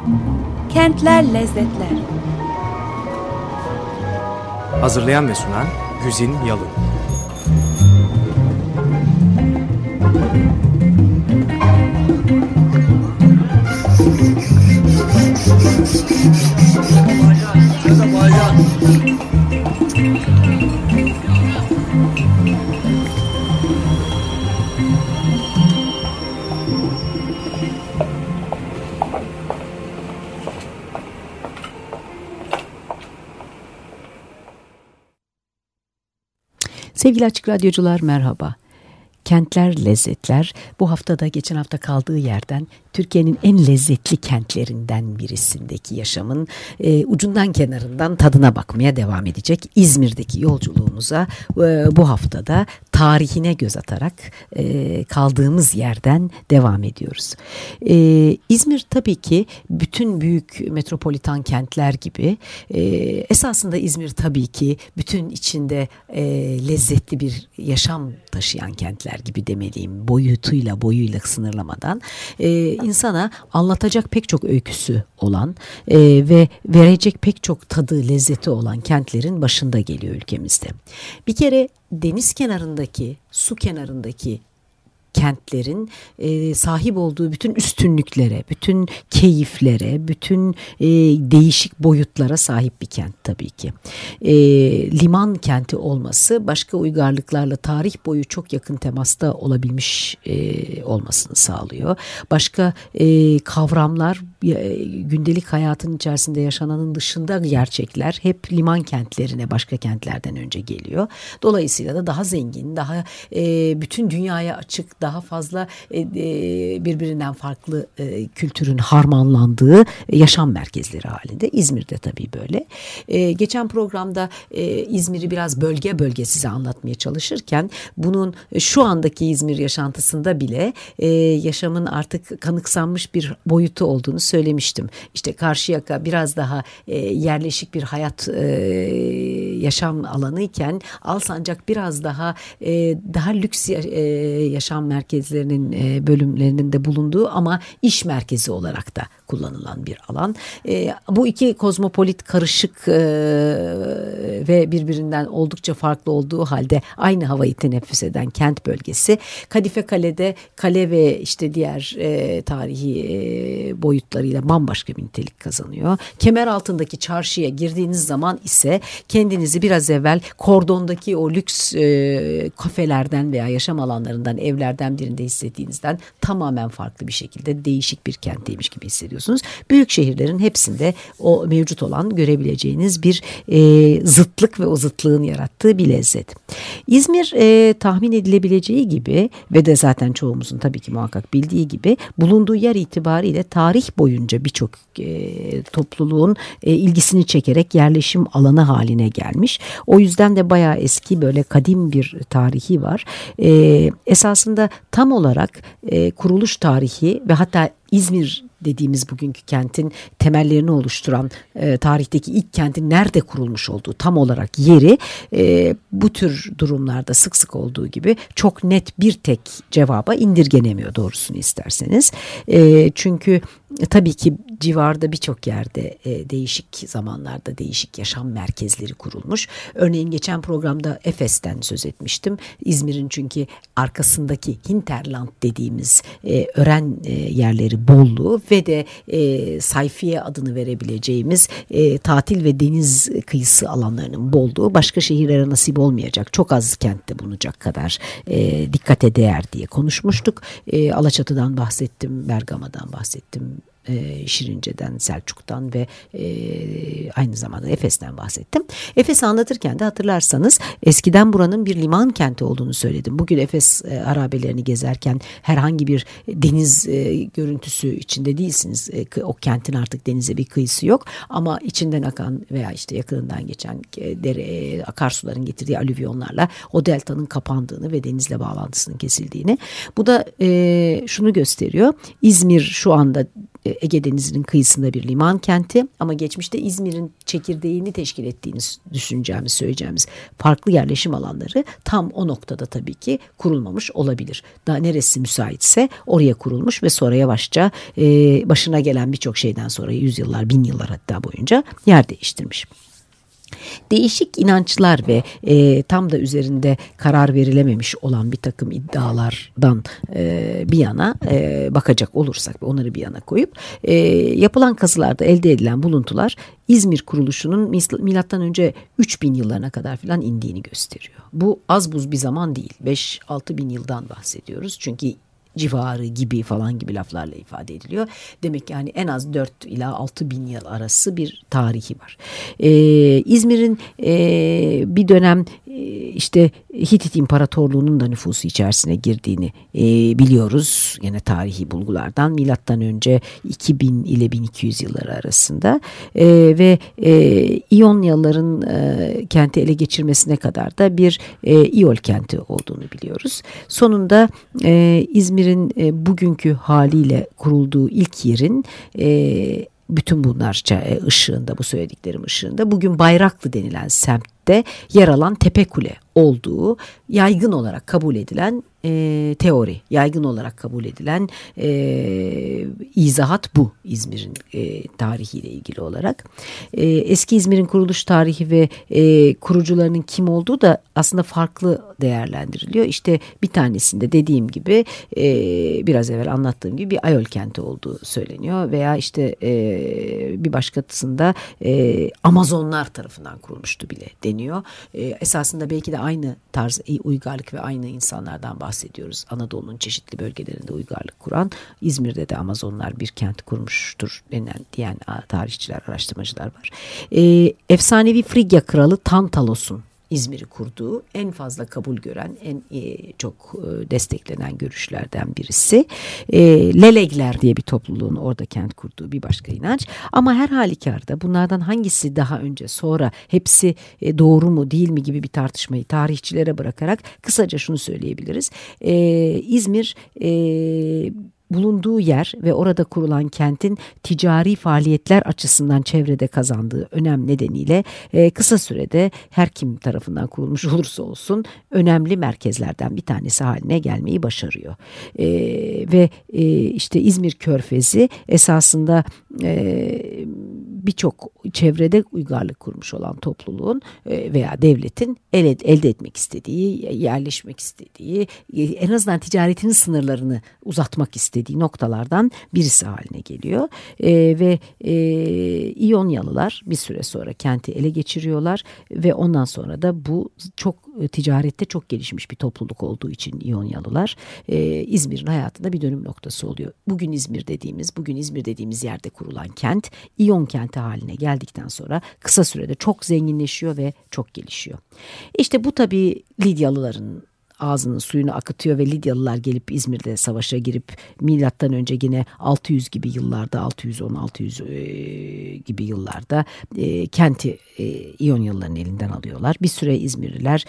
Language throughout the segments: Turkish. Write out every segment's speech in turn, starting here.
Kentler Lezzetler. Hazırlayan ve sunan Güzin Yalın. Sevgili Açık Radyocular merhaba. Kentler Lezzetler bu haftada geçen hafta kaldığı yerden Türkiye'nin en lezzetli kentlerinden birisindeki yaşamın ucundan kenarından tadına bakmaya devam edecek. İzmir'deki yolculuğumuza bu haftada tarihine göz atarak kaldığımız yerden devam ediyoruz. İzmir tabii ki bütün büyük metropolitan kentler gibi esasında İzmir tabii ki bütün içinde lezzetli bir yaşam taşıyan kentler gibi demeliyim. Boyuyla sınırlamadan insana anlatacak pek çok öyküsü olan ve verecek pek çok tadı, lezzeti olan kentlerin başında geliyor ülkemizde. Bir kere deniz kenarındaki, su kenarındaki kentlerin sahip olduğu bütün üstünlüklere, bütün keyiflere, bütün değişik boyutlara sahip bir kent tabii ki. Liman kenti olması başka uygarlıklarla tarih boyu çok yakın temasta olabilmiş olmasını sağlıyor. Başka kavramlar, gündelik hayatın içerisinde yaşananın dışında gerçekler hep liman kentlerine başka kentlerden önce geliyor. Dolayısıyla da daha zengin, daha bütün dünyaya açık, daha fazla birbirinden farklı kültürün harmanlandığı yaşam merkezleri halinde. İzmir'de tabii böyle. Geçen programda İzmir'i biraz bölge bölge size anlatmaya çalışırken bunun şu andaki İzmir yaşantısında bile yaşamın artık kanıksanmış bir boyutu olduğunu söylemiştim. İşte Karşıyaka biraz daha yerleşik bir hayat yaşam alanı iken Alsancak biraz daha lüks yaşam merkezlerinin bölümlerinin de bulunduğu ama iş merkezi olarak da kullanılan bir alan. Bu iki kozmopolit karışık ve birbirinden oldukça farklı olduğu halde aynı havayı teneffüs eden kent bölgesi. Kadife Kale'de kale ve işte diğer tarihi boyutlarıyla bambaşka bir nitelik kazanıyor. Kemeraltı'ndaki çarşıya girdiğiniz zaman ise kendinizi biraz evvel Kordon'daki o lüks kafelerden veya yaşam alanlarından, evlerden birinde hissettiğinizden tamamen farklı bir şekilde değişik bir kentteymiş gibi hissediyorsunuz. Büyük şehirlerin hepsinde o mevcut olan görebileceğiniz bir zıtlık ve o zıtlığın yarattığı bir lezzet. İzmir tahmin edilebileceği gibi ve de zaten çoğumuzun tabii ki muhakkak bildiği gibi bulunduğu yer itibariyle tarih boyunca birçok topluluğun ilgisini çekerek yerleşim alanı haline gelmiş. O yüzden de bayağı eski böyle kadim bir tarihi var. Esasında tam olarak kuruluş tarihi ve hatta İzmir dediğimiz bugünkü kentin temellerini oluşturan tarihteki ilk kentin nerede kurulmuş olduğu tam olarak yeri bu tür durumlarda sık sık olduğu gibi çok net bir tek cevaba indirgenemiyor doğrusunu isterseniz. Çünkü tabii ki civarda birçok yerde değişik zamanlarda değişik yaşam merkezleri kurulmuş. Örneğin geçen programda Efes'ten söz etmiştim. İzmir'in çünkü arkasındaki hinterland dediğimiz ören yerleri bolluğu ve de sayfiye adını verebileceğimiz tatil ve deniz kıyısı alanlarının bolluğu başka şehirlere nasip olmayacak. Çok az kentte bulunacak kadar dikkate değer diye konuşmuştuk. Alaçatı'dan bahsettim, Bergama'dan bahsettim. Şirince'den, Selçuk'tan ve aynı zamanda Efes'ten bahsettim. Efes'i anlatırken de hatırlarsanız eskiden buranın bir liman kenti olduğunu söyledim. Bugün Efes harabelerini gezerken herhangi bir deniz görüntüsü içinde değilsiniz. O kentin artık denize bir kıyısı yok ama içinden akan veya işte yakınından geçen akarsuların getirdiği alüvyonlarla o deltanın kapandığını ve denizle bağlantısının kesildiğini. Bu da şunu gösteriyor. İzmir şu anda Ege Denizi'nin kıyısında bir liman kenti ama geçmişte İzmir'in çekirdeğini teşkil ettiğini söyleyeceğimiz farklı yerleşim alanları tam o noktada tabii ki kurulmamış olabilir. Daha neresi müsaitse oraya kurulmuş ve sonra yavaşça başına gelen birçok şeyden sonra yüzyıllar, bin yıllar hatta boyunca yer değiştirmiş. Değişik inançlar ve tam da üzerinde karar verilememiş olan bir takım iddialardan bir yana bakacak olursak ve onları bir yana koyup yapılan kazılarda elde edilen buluntular İzmir kuruluşunun milattan önce 3000 yıllarına kadar falan indiğini gösteriyor. Bu az buz bir zaman değil. 5-6 bin yıldan bahsediyoruz. Çünkü civarı gibi falan gibi laflarla ifade ediliyor. Demek ki yani en az 4 ila 6 bin yıl arası bir tarihi var. İzmir'in bir dönem işte Hitit İmparatorluğu'nun da nüfusu içerisine girdiğini biliyoruz. Yine tarihi bulgulardan milattan önce 2000 ile 1200 yılları arasında ve İyonyalıların kenti ele geçirmesine kadar da bir İyol kenti olduğunu biliyoruz. Sonunda İzmir'in bugünkü haliyle kurulduğu ilk yerin bütün bunlar ışığında, bu söylediklerim ışığında bugün Bayraklı denilen semtte yer alan Tepekule olduğu yaygın olarak kabul edilen teori, yaygın olarak kabul edilen izahat bu İzmir'in tarihiyle ilgili olarak. Eski İzmir'in kuruluş tarihi ve kurucularının kim olduğu da aslında farklı değerlendiriliyor. İşte bir tanesinde dediğim gibi biraz evvel anlattığım gibi bir Ayol kenti olduğu söyleniyor veya işte bir başkasında Amazonlar tarafından kurulmuştu bile deniyor. Esasında belki de aynı tarz uygarlık ve aynı insanlardan bahsediyoruz. Anadolu'nun çeşitli bölgelerinde uygarlık kuran, İzmir'de de Amazonlar bir kent kurmuştur diyen tarihçiler, araştırmacılar var. Efsanevi Frigya kralı Tantalos'un İzmir'i kurduğu en fazla kabul gören, en çok desteklenen görüşlerden birisi. Lelegler diye bir topluluğun orada kent kurduğu bir başka inanç. Ama her halükarda bunlardan hangisi daha önce sonra hepsi doğru mu değil mi gibi bir tartışmayı tarihçilere bırakarak kısaca şunu söyleyebiliriz. İzmir bulunduğu yer ve orada kurulan kentin ticari faaliyetler açısından çevrede kazandığı önem nedeniyle kısa sürede her kim tarafından kurulmuş olursa olsun önemli merkezlerden bir tanesi haline gelmeyi başarıyor. Ve işte İzmir Körfezi esasında birçok çevrede uygarlık kurmuş olan topluluğun veya devletin elde etmek istediği, yerleşmek istediği, en azından ticaretinin sınırlarını uzatmak istediği noktalardan birisi haline geliyor. Ve İyonyalılar bir süre sonra kenti ele geçiriyorlar ve ondan sonra da bu çok ticarette çok gelişmiş bir topluluk olduğu için İyonyalılar İzmir'in hayatında bir dönüm noktası oluyor. Bugün İzmir dediğimiz yerde kurulan kent İyon kenti haline geldikten sonra kısa sürede çok zenginleşiyor ve çok gelişiyor. İşte bu tabii Lidyalıların ağzının suyunu akıtıyor ve Lidyalılar gelip İzmir'de savaşa girip milattan önce yine 600 gibi yıllarda 610-600 gibi yıllarda kenti İyonyalıların elinden alıyorlar. Bir süre İzmirliler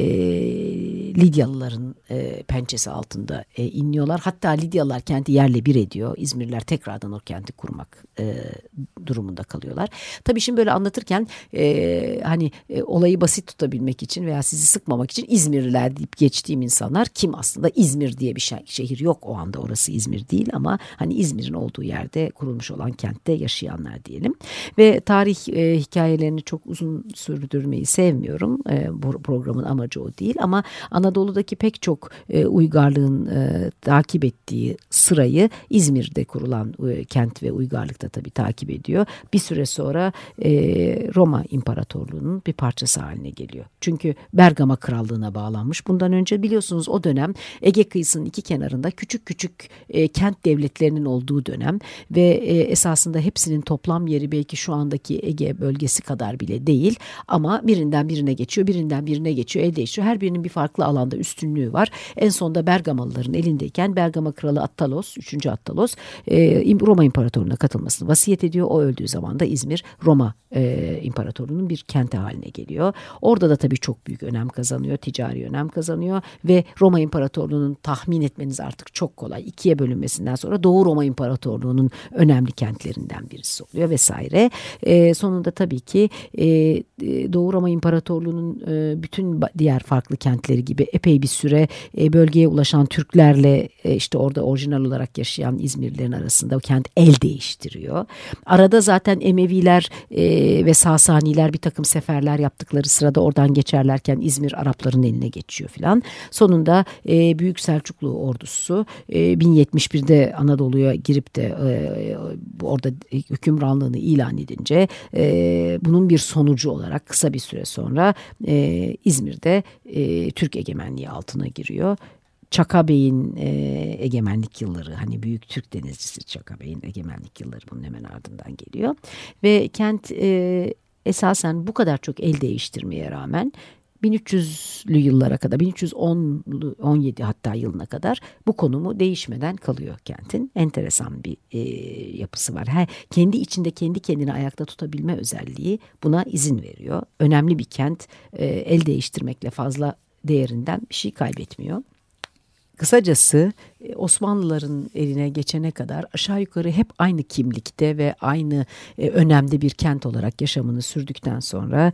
Lidyalıların pençesi altında inliyorlar. Hatta Lidyalılar kenti yerle bir ediyor. İzmirliler tekrardan o kenti kurmak durumunda kalıyorlar. Tabii şimdi böyle anlatırken hani olayı basit tutabilmek için veya sizi sıkmamak için İzmirliler deyip geçtiğim insanlar kim aslında? İzmir diye bir şehir yok o anda, orası İzmir değil ama hani İzmir'in olduğu yerde kurulmuş olan kentte yaşayanlar diyelim. Ve tarih hikayelerini çok uzun sürdürmeyi sevmiyorum. Bu programın amacı o değil ama Anadolu'daki pek çok uygarlığın takip ettiği sırayı İzmir'de kurulan kent ve uygarlık da tabii takip ediyor. Bir süre sonra Roma İmparatorluğu'nun bir parçası haline geliyor. Çünkü Bergama Krallığı'na bağlanmış. Bundan önce biliyorsunuz o dönem Ege kıyısının iki kenarında küçük küçük kent devletlerinin olduğu dönem ve esasında hepsinin toplam yeri belki şu andaki Ege bölgesi kadar bile değil ama birinden birine geçiyor, birinden birine geçiyor, el değişiyor. Her birinin bir farklı alanda üstünlüğü var. En sonunda Bergamalıların elindeyken Bergama Kralı Attalos, 3. Attalos Roma İmparatorluğu'na katılmasını vasiyet ediyor. O öldüğü zaman da İzmir Roma İmparatorluğu'nun bir kenti haline geliyor. Orada da tabii çok büyük önem kazanıyor, ticari önem kazanıyor. ve Roma İmparatorluğu'nun tahmin etmeniz artık çok kolay. İkiye bölünmesinden sonra Doğu Roma İmparatorluğu'nun önemli kentlerinden birisi oluyor vesaire. Sonunda tabii ki Doğu Roma İmparatorluğu'nun bütün diğer farklı kentleri gibi epey bir süre bölgeye ulaşan Türklerle işte orada orijinal olarak yaşayan İzmirlilerin arasında o kent el değiştiriyor. Arada zaten Emeviler ve Sasaniler bir takım seferler yaptıkları sırada oradan geçerlerken İzmir Arapların eline geçiyor filan. Sonunda Büyük Selçuklu ordusu 1071'de Anadolu'ya girip de orada hükümranlığını ilan edince bunun bir sonucu olarak kısa bir süre sonra İzmir'de Türk egemenliği altına giriyor. Çaka Bey'in egemenlik yılları, hani büyük Türk denizcisi Çaka Bey'in egemenlik yılları bunun hemen ardından geliyor. Ve kent esasen bu kadar çok el değiştirmeye rağmen 1300'lü yıllara kadar, 1317 hatta yılına kadar bu konumu değişmeden kalıyor kentin. Enteresan bir yapısı var. Kendi içinde kendi kendini ayakta tutabilme özelliği buna izin veriyor. Önemli bir kent, el değiştirmekle fazla değerinden bir şey kaybetmiyor. Kısacası Osmanlıların eline geçene kadar aşağı yukarı hep aynı kimlikte ve aynı önemli bir kent olarak yaşamını sürdükten sonra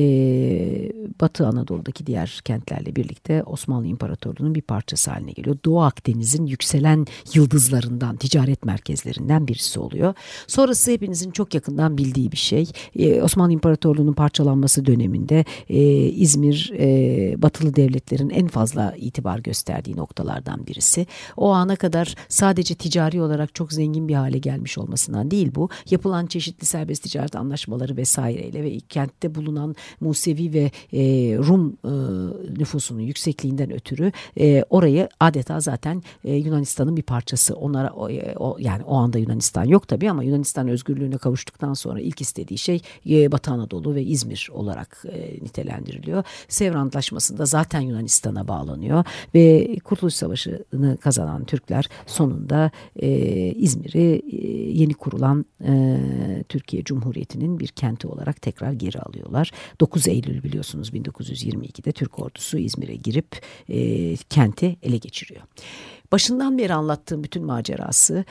Batı Anadolu'daki diğer kentlerle birlikte Osmanlı İmparatorluğu'nun bir parçası haline geliyor. Doğu Akdeniz'in yükselen yıldızlarından, ticaret merkezlerinden birisi oluyor. Sonrası hepinizin çok yakından bildiği bir şey. Osmanlı İmparatorluğu'nun parçalanması döneminde İzmir Batılı devletlerin en fazla itibar gösterdiği noktalardan birisi. O ana kadar sadece ticari olarak çok zengin bir hale gelmiş olmasından değil bu. Yapılan çeşitli serbest ticaret anlaşmaları vesaireyle ve kentte bulunan Musevi ve Rum nüfusunun yüksekliğinden ötürü orayı adeta zaten Yunanistan'ın bir parçası. Onlara yani o anda Yunanistan yok tabii ama Yunanistan özgürlüğüne kavuştuktan sonra ilk istediği şey Batı Anadolu ve İzmir olarak nitelendiriliyor. Sevr Antlaşması'nda zaten Yunanistan'a bağlanıyor ve Kurtuluş Savaşı'nı kazanan Türkler sonunda İzmir'i yeni kurulan Türkiye Cumhuriyeti'nin bir kenti olarak tekrar geri alıyorlar. 9 Eylül biliyorsunuz 1922'de Türk ordusu İzmir'e girip kenti ele geçiriyor. Başından beri anlattığım bütün macerası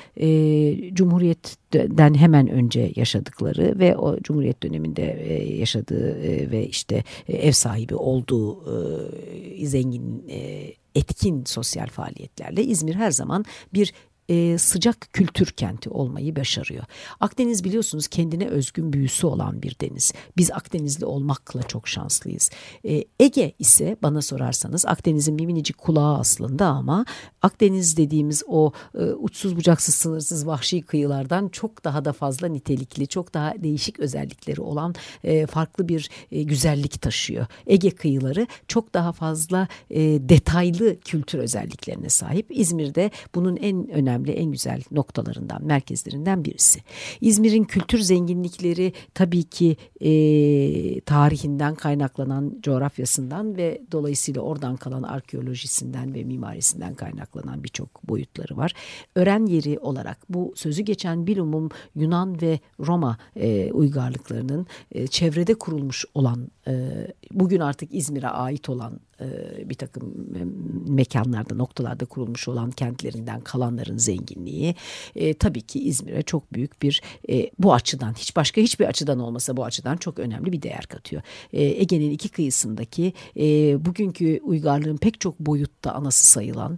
Cumhuriyet'ten hemen önce yaşadıkları ve o Cumhuriyet döneminde yaşadığı ve işte ev sahibi olduğu zengin etkin sosyal faaliyetlerle İzmir her zaman bir sıcak kültür kenti olmayı başarıyor. Akdeniz biliyorsunuz kendine özgün büyüsü olan bir deniz. Biz Akdenizli olmakla çok şanslıyız. Ege ise bana sorarsanız Akdeniz'in bir minicik kulağı aslında ama Akdeniz dediğimiz o uçsuz bucaksız sınırsız vahşi kıyılardan çok daha da fazla nitelikli, çok daha değişik özellikleri olan farklı bir güzellik taşıyor. Ege kıyıları çok daha fazla detaylı kültür özelliklerine sahip. İzmir'de bunun en önemli, en güzel noktalarından, merkezlerinden birisi. İzmir'in kültür zenginlikleri tabii ki tarihinden kaynaklanan, coğrafyasından ve dolayısıyla oradan kalan arkeolojisinden ve mimarisinden kaynaklanan birçok boyutları var. Öğren yeri olarak bu sözü geçen bilumum Yunan ve Roma uygarlıklarının çevrede kurulmuş olan, bugün artık İzmir'e ait olan bir takım mekanlarda, noktalarda kurulmuş olan kentlerinden kalanların zenginliği tabii ki İzmir'e çok büyük bir bu açıdan, hiçbir açıdan olmasa bu açıdan çok önemli bir değer katıyor. Ege'nin iki kıyısındaki bugünkü uygarlığın pek çok boyutta anası sayılan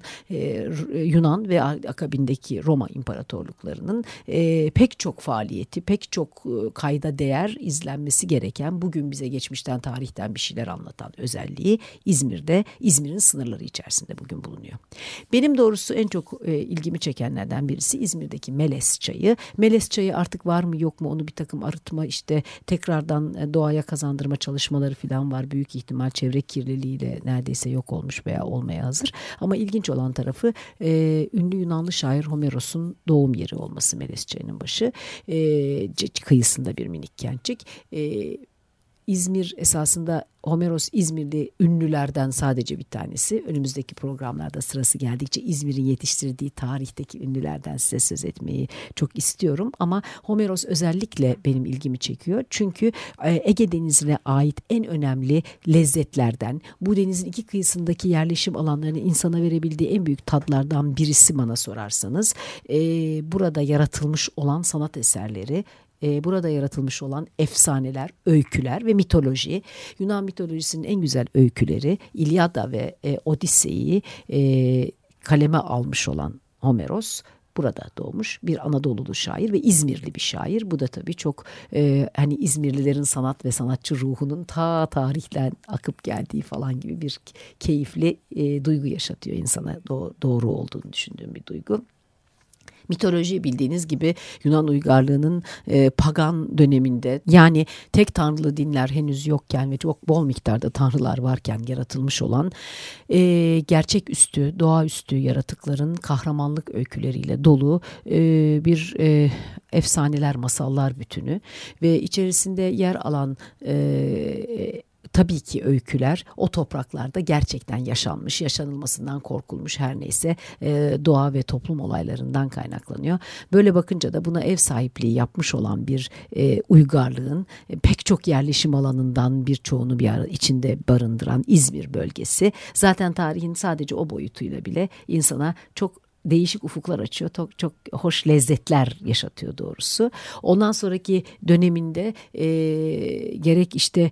Yunan ve akabindeki Roma imparatorluklarının pek çok faaliyeti, pek çok kayda değer, izlenmesi gereken, bugün bize geçmişten, tarihten bir şeyler anlatan özelliği İzmir'in sınırları içerisinde bugün bulunuyor. Benim doğrusu en çok ilgimi çekenlerden birisi İzmir'deki Melez Çayı. Melez Çayı artık var mı yok mu, onu bir takım arıtma, işte tekrardan doğaya kazandırma çalışmaları falan var. Büyük ihtimal çevre kirliliğiyle neredeyse yok olmuş veya olmaya hazır. Ama ilginç olan tarafı ünlü Yunanlı şair Homeros'un doğum yeri olması Melez Çayı'nın başı. Kıyısında bir minik kentçik. İzmir esasında Homeros İzmirli ünlülerden sadece bir tanesi. Önümüzdeki programlarda sırası geldikçe İzmir'in yetiştirdiği tarihteki ünlülerden size söz etmeyi çok istiyorum. Ama Homeros özellikle benim ilgimi çekiyor. Çünkü Ege Denizi'ne ait en önemli lezzetlerden, bu denizin iki kıyısındaki yerleşim alanlarını insana verebildiği en büyük tadlardan birisi bana sorarsanız. Burada yaratılmış olan sanat eserleri, burada yaratılmış olan efsaneler, öyküler ve mitoloji. Yunan mitolojisinin en güzel öyküleri İlyada ve Odise'yi kaleme almış olan Homeros burada doğmuş bir Anadolulu şair ve İzmirli bir şair. Bu da tabii çok hani İzmirlilerin sanat ve sanatçı ruhunun ta tarihten akıp geldiği falan gibi bir keyifli duygu yaşatıyor insana. Doğru olduğunu düşündüğüm bir duygu. Mitoloji bildiğiniz gibi Yunan uygarlığının pagan döneminde, yani tek tanrılı dinler henüz yokken ve çok bol miktarda tanrılar varken yaratılmış olan gerçeküstü, doğaüstü yaratıkların kahramanlık öyküleriyle dolu bir efsaneler, masallar bütünü ve içerisinde yer alan tabii ki öyküler o topraklarda gerçekten yaşanmış, yaşanılmasından korkulmuş, her neyse doğa ve toplum olaylarından kaynaklanıyor. Böyle bakınca da buna ev sahipliği yapmış olan bir uygarlığın pek çok yerleşim alanından birçoğunu bir ara içinde barındıran İzmir bölgesi zaten tarihin sadece o boyutuyla bile insana çok değişik ufuklar açıyor. Çok, çok hoş lezzetler yaşatıyor doğrusu. Ondan sonraki döneminde gerek işte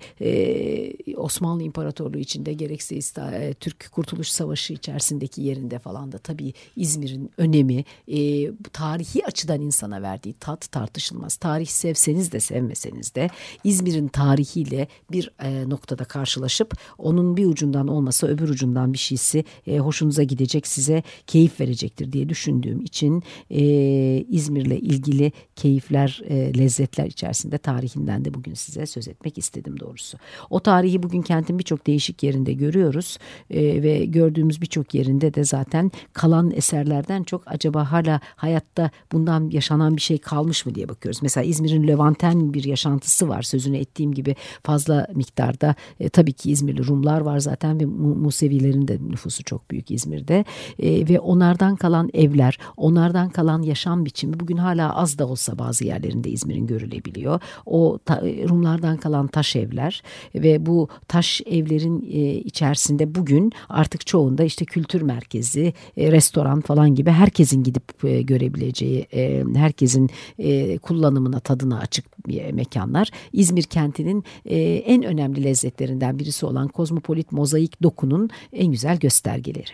Osmanlı İmparatorluğu içinde gerekse Türk Kurtuluş Savaşı içerisindeki yerinde falan da tabii İzmir'in önemi, tarihi açıdan insana verdiği tat tartışılmaz. Tarih sevseniz de sevmeseniz de İzmir'in tarihiyle bir noktada karşılaşıp onun bir ucundan olmasa öbür ucundan bir şeysi hoşunuza gidecek, size keyif verecektir diye düşündüğüm için İzmir'le ilgili keyifler, lezzetler içerisinde tarihinden de bugün size söz etmek istedim doğrusu. O tarihi bugün kentin birçok değişik yerinde görüyoruz ve gördüğümüz birçok yerinde de zaten kalan eserlerden çok acaba hala hayatta bundan yaşanan bir şey kalmış mı diye bakıyoruz. Mesela İzmir'in Levanten bir yaşantısı var. Sözünü ettiğim gibi fazla miktarda tabii ki İzmirli Rumlar var zaten ve Musevilerin de nüfusu çok büyük İzmir'de ve onlardan kalan evler, onlardan kalan yaşam biçimi bugün hala az da olsa bazı yerlerinde İzmir'in görülebiliyor. O Rumlardan kalan taş evler ve bu taş evlerin içerisinde bugün artık çoğunda işte kültür merkezi, restoran falan gibi herkesin gidip görebileceği, herkesin kullanımına, tadına açık mekanlar. İzmir kentinin en önemli lezzetlerinden birisi olan kozmopolit mozaik dokunun en güzel göstergeleri.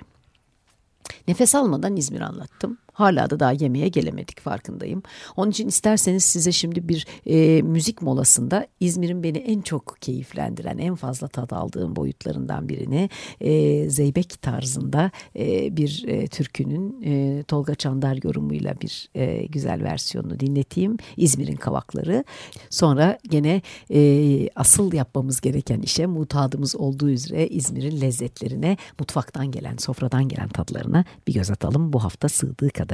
Nefes almadan İzmir anlattım. Hala da daha yemeğe gelemedik, farkındayım. Onun için isterseniz size şimdi bir müzik molasında İzmir'in beni en çok keyiflendiren, en fazla tat aldığım boyutlarından birini zeybek tarzında bir türkünün Tolga Çandar yorumuyla bir güzel versiyonunu dinleteyim. İzmir'in Kavakları. Sonra gene asıl yapmamız gereken işe, mutadımız olduğu üzere İzmir'in lezzetlerine, mutfaktan gelen, sofradan gelen tadlarına bir göz atalım bu hafta sığdığı kadarıyla.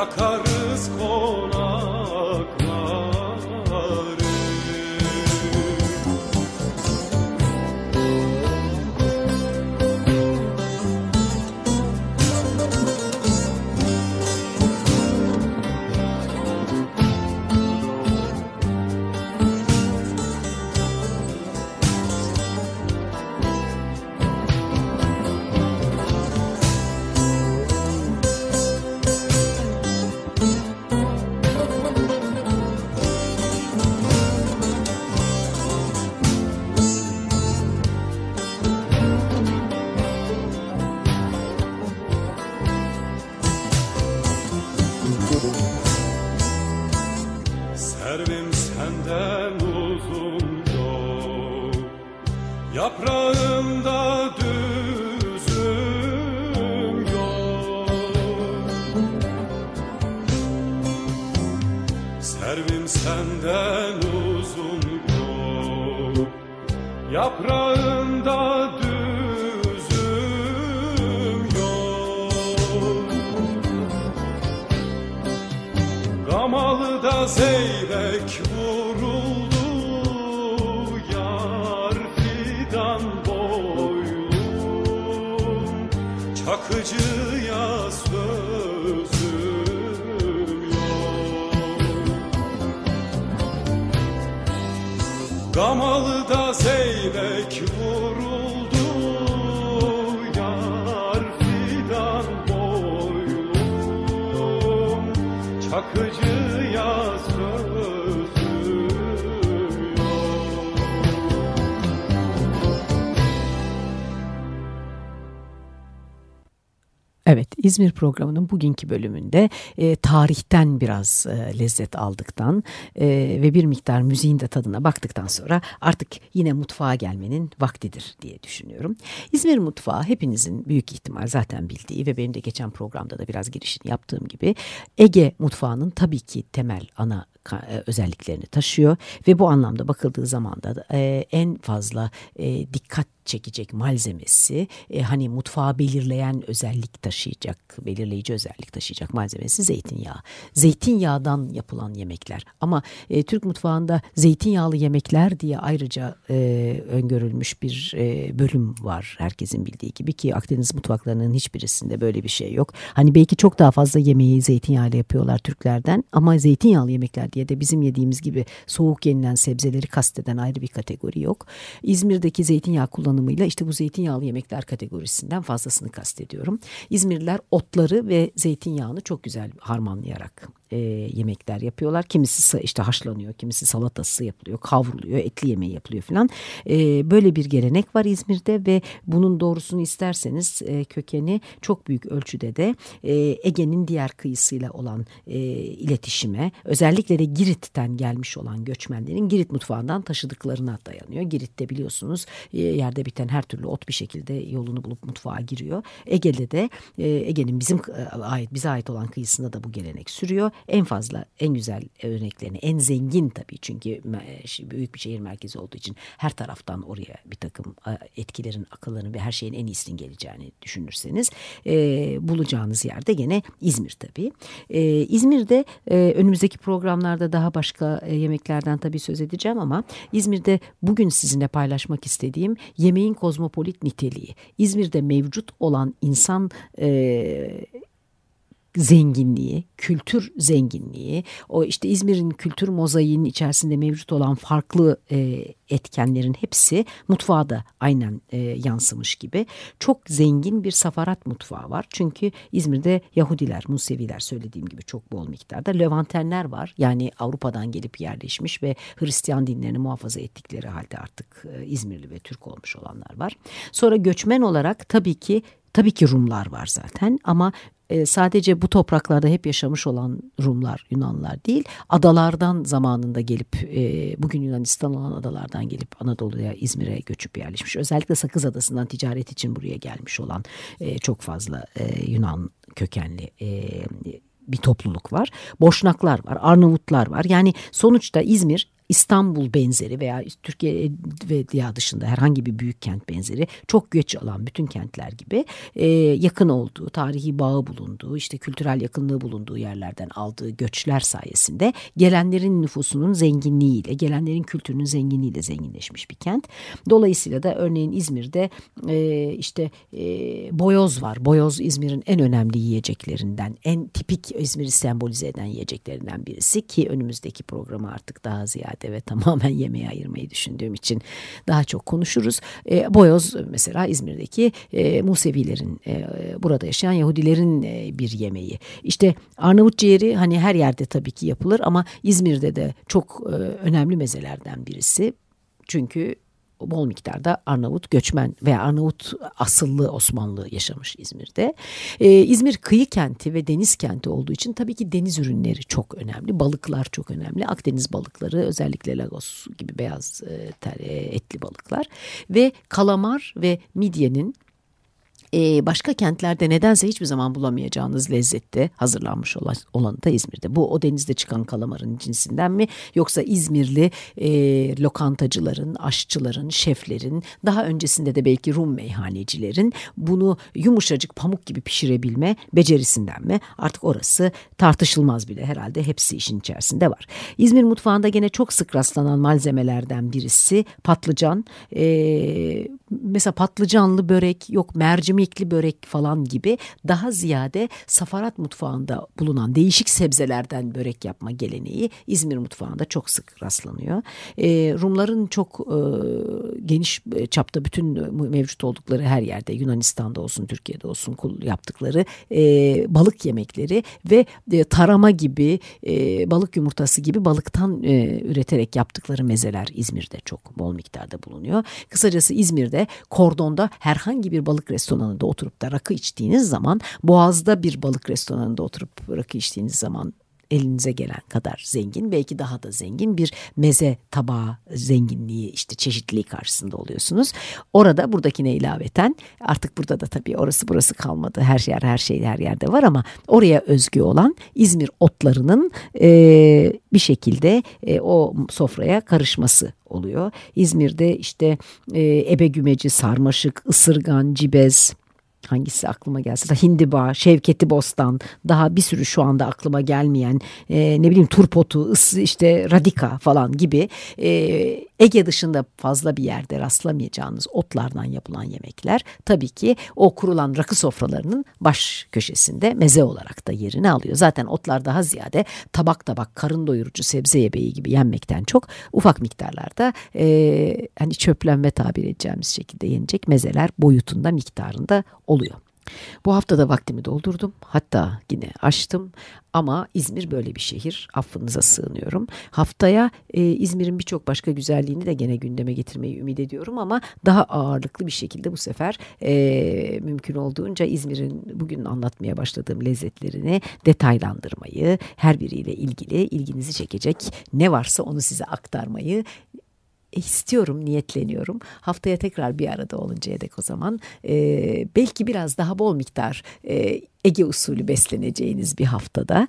yakarız konakları. Servim senden uzun yol, yaprağında düzüm yok. Servim senden uzun yol, yaprağında düzüm yok. Gamalı'da zeybek vuruldu, yar fidan boylum, Çakıcıya sözüm yok. Gamalı'da zeybek vuruldu, yar fidan boylum, Çakıcıya sözüm yok. Evet, İzmir programının bugünkü bölümünde tarihten biraz lezzet aldıktan ve bir miktar müziğin de tadına baktıktan sonra artık yine mutfağa gelmenin vaktidir diye düşünüyorum. İzmir mutfağı hepinizin büyük ihtimal zaten bildiği ve benim de geçen programda da biraz girişini yaptığım gibi Ege mutfağının tabii ki temel ana özelliklerini taşıyor ve bu anlamda bakıldığı zaman da en fazla dikkat çekecek malzemesi, hani mutfağı belirleyici özellik taşıyacak malzemesi zeytinyağı. Zeytinyağından yapılan yemekler. Ama Türk mutfağında zeytinyağlı yemekler diye ayrıca öngörülmüş bir bölüm var. Herkesin bildiği gibi ki Akdeniz mutfaklarının hiçbirisinde böyle bir şey yok. Hani belki çok daha fazla yemeği zeytinyağıyla yapıyorlar Türklerden ama zeytinyağlı yemekler diye de bizim yediğimiz gibi soğuk yenilen sebzeleri kasteden ayrı bir kategori yok. İzmir'deki zeytinyağı kullanımıyla işte bu zeytinyağlı yemekler kategorisinden fazlasını kastediyorum. İzmirliler otları ve zeytinyağını çok güzel harmanlayarak yemekler yapıyorlar. Kimisi işte haşlanıyor, kimisi salatası yapılıyor, kavruluyor, etli yemeği yapılıyor falan. Böyle bir gelenek var İzmir'de ve bunun doğrusunu isterseniz kökeni çok büyük ölçüde de Ege'nin diğer kıyısıyla olan iletişime, özellikle de Girit'ten gelmiş olan göçmenlerin Girit mutfağından taşıdıklarına dayanıyor. Girit'te biliyorsunuz yerde biten her türlü ot bir şekilde yolunu bulup mutfağa giriyor. Ege'de de Ege'nin bize ait olan kıyısında da bu gelenek sürüyor. En fazla, en güzel örneklerini, en zengin tabii çünkü büyük bir şehir merkezi olduğu için her taraftan oraya bir takım etkilerin, akılların ve her şeyin en iyisinin geleceğini düşünürseniz bulacağınız yerde gene İzmir tabii. İzmir'de önümüzdeki programlarda daha başka yemeklerden tabii söz edeceğim ama İzmir'de bugün sizinle paylaşmak istediğim yemeğin kozmopolit niteliği. İzmir'de mevcut olan insan zenginliği, kültür zenginliği, o işte İzmir'in kültür mozaiğinin içerisinde mevcut olan farklı etkenlerin hepsi mutfağa da aynen yansımış gibi. Çok zengin bir safarat mutfağı var. Çünkü İzmir'de Yahudiler, Museviler söylediğim gibi çok bol miktarda. Levantenler var. Yani Avrupa'dan gelip yerleşmiş ve Hristiyan dinlerini muhafaza ettikleri halde artık İzmirli ve Türk olmuş olanlar var. Sonra göçmen olarak tabii ki Rumlar var zaten ama sadece bu topraklarda hep yaşamış olan Rumlar, Yunanlar değil, adalardan zamanında gelip bugün Yunanistan olan adalardan gelip Anadolu'ya, İzmir'e göçüp yerleşmiş. Özellikle Sakız Adası'ndan ticaret için buraya gelmiş olan çok fazla Yunan kökenli bir topluluk var. Boşnaklar var, Arnavutlar var. Yani sonuçta İzmir İstanbul benzeri veya Türkiye ve dünya dışında herhangi bir büyük kent benzeri çok göç alan bütün kentler gibi yakın olduğu, tarihi bağı bulunduğu, işte kültürel yakınlığı bulunduğu yerlerden aldığı göçler sayesinde gelenlerin nüfusunun zenginliğiyle, gelenlerin kültürünün zenginliğiyle zenginleşmiş bir kent. Dolayısıyla da örneğin İzmir'de boyoz var. Boyoz İzmir'in en önemli yiyeceklerinden, en tipik İzmir'i sembolize eden yiyeceklerinden birisi ki önümüzdeki programı artık daha ziyade ve tamamen yemeğe ayırmayı düşündüğüm için daha çok konuşuruz. Boyoz mesela İzmir'deki Musevilerin, burada yaşayan Yahudilerin bir yemeği. İşte Arnavut ciğeri hani her yerde tabii ki yapılır ama İzmir'de de çok önemli mezelerden birisi. Çünkü bol miktarda Arnavut göçmen veya Arnavut asıllı Osmanlı yaşamış İzmir'de. İzmir kıyı kenti ve deniz kenti olduğu için tabii ki deniz ürünleri çok önemli. Balıklar çok önemli. Akdeniz balıkları, özellikle Lagos gibi beyaz etli balıklar ve kalamar ve midyenin başka kentlerde nedense hiçbir zaman bulamayacağınız lezzette hazırlanmış olanı da İzmir'de. Bu o denizde çıkan kalamarın cinsinden mi yoksa İzmirli lokantacıların, aşçıların, şeflerin, daha öncesinde de belki Rum meyhanecilerin bunu yumuşacık pamuk gibi pişirebilme becerisinden mi? Artık orası tartışılmaz bile, herhalde hepsi işin içerisinde var. İzmir mutfağında gene çok sık rastlanan malzemelerden birisi patlıcan. Mesela patlıcanlı börek, yok mercimekli börek falan gibi daha ziyade Safarat mutfağında bulunan değişik sebzelerden börek yapma geleneği İzmir mutfağında çok sık rastlanıyor. Rumların çok geniş çapta bütün mevcut oldukları her yerde, Yunanistan'da olsun, Türkiye'de olsun yaptıkları balık yemekleri ve tarama gibi, balık yumurtası gibi balıktan üreterek yaptıkları mezeler İzmir'de çok bol miktarda bulunuyor. Kısacası İzmir'de kordonda herhangi bir balık restoranında oturup da rakı içtiğiniz zaman, Boğaz'da bir balık restoranında oturup rakı içtiğiniz zaman elinize gelen kadar zengin, belki daha da zengin bir meze tabağı zenginliği, işte çeşitliliği karşısında oluyorsunuz. Orada buradakine ilaveten, artık burada da tabii orası burası kalmadı. Her yerde var ama oraya özgü olan İzmir otlarının bir şekilde o sofraya karışması oluyor. İzmir'de işte ebegümeci, sarmaşık, ısırgan, cibez, hangisi aklıma gelse, hindiba, şevketi bostan, daha bir sürü şu anda aklıma gelmeyen turpotu, işte radika falan gibi Ege dışında fazla bir yerde rastlamayacağınız otlardan yapılan yemekler tabii ki o kurulan rakı sofralarının baş köşesinde meze olarak da yerini alıyor. Zaten otlar daha ziyade tabak tabak karın doyurucu sebze yemeği gibi yenmekten çok ufak miktarlarda hani çöplenme tabir edeceğimiz şekilde yenecek mezeler boyutunda, miktarında oluyor. Bu hafta da vaktimi doldurdum. Hatta yine aştım. Ama İzmir böyle bir şehir. Affınıza sığınıyorum. Haftaya İzmir'in birçok başka güzelliğini de gene gündeme getirmeyi ümit ediyorum ama daha ağırlıklı bir şekilde bu sefer mümkün olduğunca İzmir'in bugün anlatmaya başladığım lezzetlerini detaylandırmayı, her biriyle ilgili ilginizi çekecek ne varsa onu size aktarmayı istiyorum, niyetleniyorum. Haftaya tekrar bir arada oluncaya dek o zaman belki biraz daha bol miktar Ege usulü besleneceğiniz bir haftada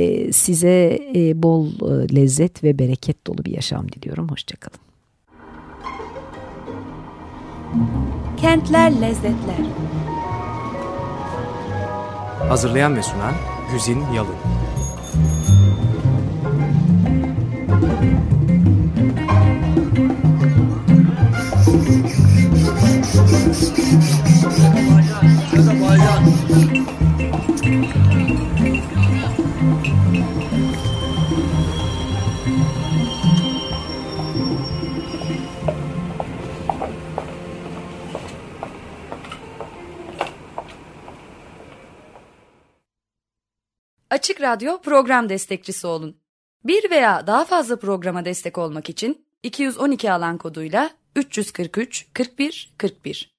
size bol lezzet ve bereket dolu bir yaşam diliyorum. Hoşçakalın. Kentler Lezzetler. Hazırlayan ve sunan Güzin Yalın. Açık Radyo program destekçisi olun. Bir veya daha fazla programa destek olmak için 212 alan koduyla 343 41 41